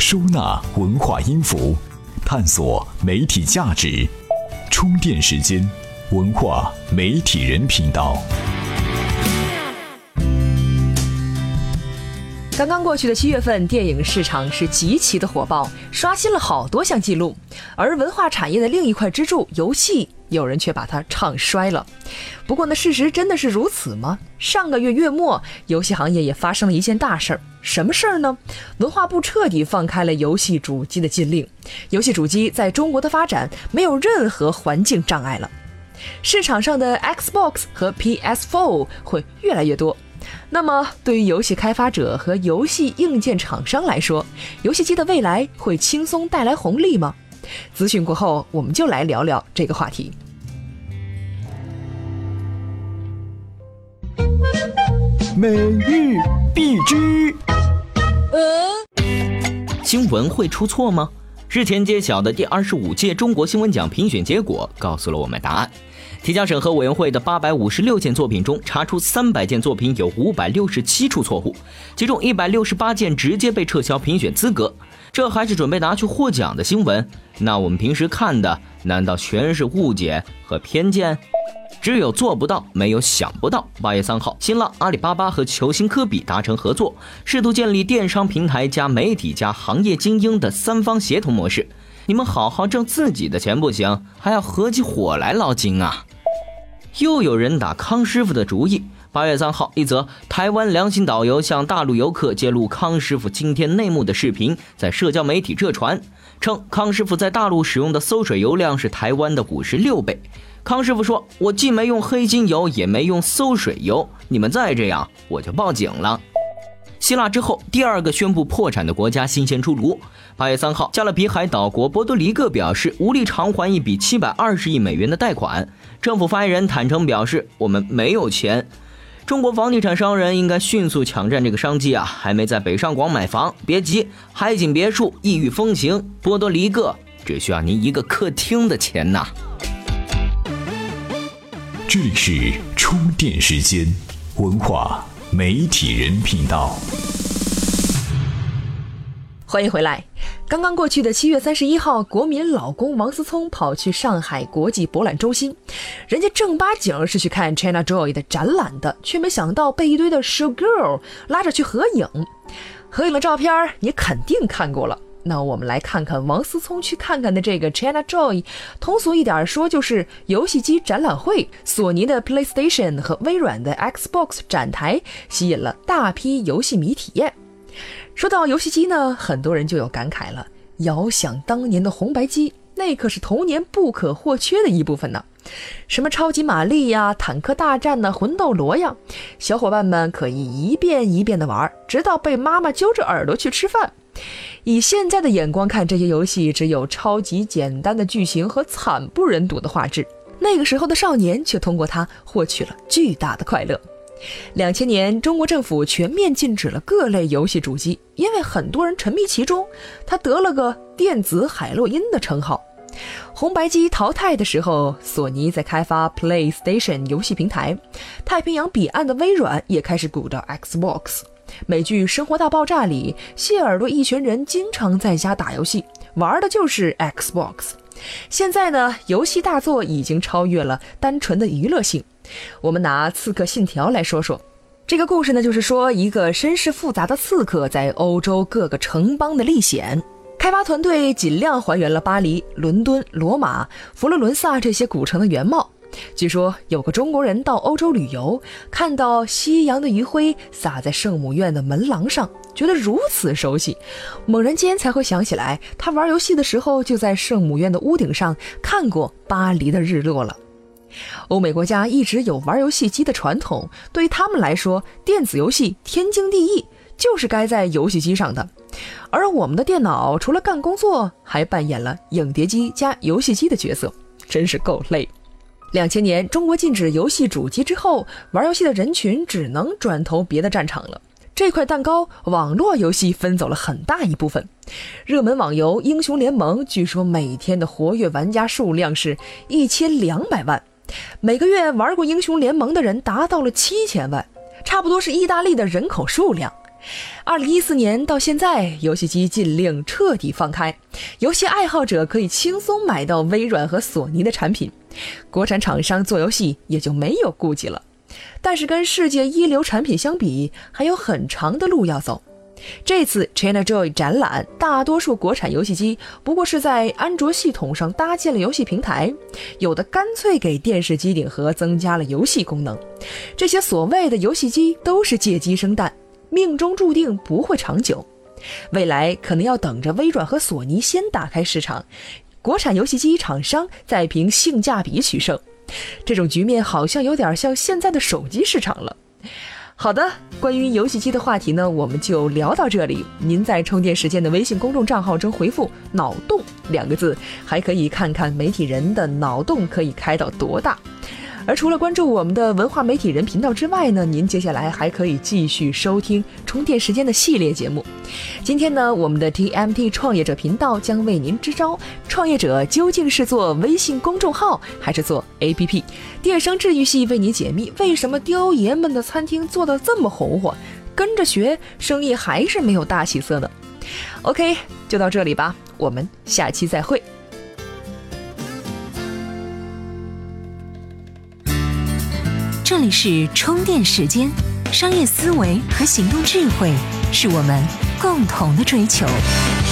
收纳文化音符，探索媒体价值。充电时间，文化媒体人频道。 刚刚过去的7月份，电影市场是极其的火爆，刷新了好多项记录。而文化产业的另一块支柱游戏，有人却把它唱衰了。不过呢，事实真的是如此吗？上个月月末，游戏行业也发生了一件大事儿。什么事儿呢？文化部彻底放开了游戏主机的禁令，游戏主机在中国的发展没有任何环境障碍了。市场上的 Xbox 和 PS4 会越来越多。那么对于游戏开发者和游戏硬件厂商来说，游戏机的未来会轻松带来红利吗？资讯过后，我们就来聊聊这个话题。 每日必知。 新闻会出错吗？日前揭晓的第25届中国新闻奖评选结果告诉了我们答案。提交审核委员会的856件作品中，查出300件作品有567处错误，其中168件直接被撤销评选资格。这还是准备拿去获奖的新闻，那我们平时看的难道全是误解和偏见？只有做不到，没有想不到。8月3号，新浪、阿里巴巴和球星科比达成合作，试图建立电商平台加媒体加行业精英的3方协同模式。你们好好挣自己的钱不行，还要合起伙来捞金啊！又有人打康师傅的主意。8月3号，一则台湾良心导游向大陆游客揭露康师傅惊天内幕的视频在社交媒体热传，称康师傅在大陆使用的馊水油量是台湾的56倍。康师傅说，我既没用黑金油也没用馊水油，你们再这样我就报警了。希腊之后，第二个宣布破产的国家新鲜出炉。8月3号，加勒比海岛国波多黎各表示无力偿还一笔720亿美元的贷款。政府发言人坦诚表示，我们没有钱。中国房地产商人应该迅速抢占这个商机啊！还没在北上广买房，别急，海景别墅异域风情，波多黎各只需要您一个客厅的钱呐。 这里是充电时间，文化媒体人频道。 欢迎回来。刚刚过去的7月31号，国民老公王思聪跑去上海国际博览中心，人家正八经是去看 China Joy 的展览的，却没想到被一堆的 show girl 拉着去合影。合影的照片你肯定看过了，那我们来看看王思聪去看看的这个 China Joy， 通俗一点说就是游戏机展览会。索尼的 PlayStation 和微软的 Xbox 展台吸引了大批游戏迷体验。说到游戏机呢，很多人就有感慨了，遥想当年的红白机，那可是童年不可或缺的一部分呢。什么超级玛丽呀、坦克大战呐、魂斗罗呀，小伙伴们可以一遍一遍的玩，直到被妈妈揪着耳朵去吃饭。以现在的眼光看，这些游戏只有超级简单的剧情和惨不忍睹的画质，那个时候的少年却通过它获取了巨大的快乐。2000年，中国政府全面禁止了各类游戏主机，因为很多人沉迷其中，它得了个电子海洛因的称号。红白机淘汰的时候，索尼在开发 PlayStation 游戏平台，太平洋彼岸的微软也开始鼓捣 Xbox。美剧《生活大爆炸》里，谢耳朵一群人经常在家打游戏，玩的就是 Xbox。现在呢，游戏大作已经超越了单纯的娱乐性。我们拿《刺客信条》来说说，这个故事呢，就是说一个身世复杂的刺客在欧洲各个城邦的历险。开发团队尽量还原了巴黎、伦敦、罗马、佛罗伦萨这些古城的原貌。据说有个中国人到欧洲旅游，看到夕阳的余晖洒在圣母院的门廊上，觉得如此熟悉，猛然间才会想起来，他玩游戏的时候就在圣母院的屋顶上看过巴黎的日落了。欧美国家一直有玩游戏机的传统，对于他们来说，电子游戏天经地义，就是该在游戏机上的。而我们的电脑除了干工作，还扮演了影碟机加游戏机的角色，真是够累。2000年，中国禁止游戏主机之后，玩游戏的人群只能转投别的战场了。这块蛋糕，网络游戏分走了很大一部分。热门网游《英雄联盟》据说每天的活跃玩家数量是1200万，每个月玩过《英雄联盟》的人达到了7000万，差不多是意大利的人口数量。 2014年到现在，游戏机禁令彻底放开，游戏爱好者可以轻松买到微软和索尼的产品，国产厂商做游戏也就没有顾忌了。但是跟世界一流产品相比，还有很长的路要走。这次 ChinaJoy 展览，大多数国产游戏机不过是在安卓系统上搭建了游戏平台，有的干脆给电视机顶盒增加了游戏功能。这些所谓的游戏机都是借鸡生蛋，命中注定不会长久。未来可能要等着微软和索尼先打开市场，国产游戏机厂商再凭性价比取胜。这种局面好像有点像现在的手机市场了。好的，关于游戏机的话题呢，我们就聊到这里。您在充电时间的微信公众账号中回复“脑洞”2个字，还可以看看媒体人的脑洞可以开到多大。而除了关注我们的文化媒体人频道之外呢，您接下来还可以继续收听充电时间的系列节目。今天呢，我们的 TMT 创业者频道将为您支招，创业者究竟是做微信公众号还是做 APP？ 电声治愈系为你解密为什么雕爷们的餐厅做得这么红火，跟着学生意还是没有大起色呢。 OK， 就到这里吧，我们下期再会。 这里是充电时间，商业思维和行动智慧是我们共同的追求。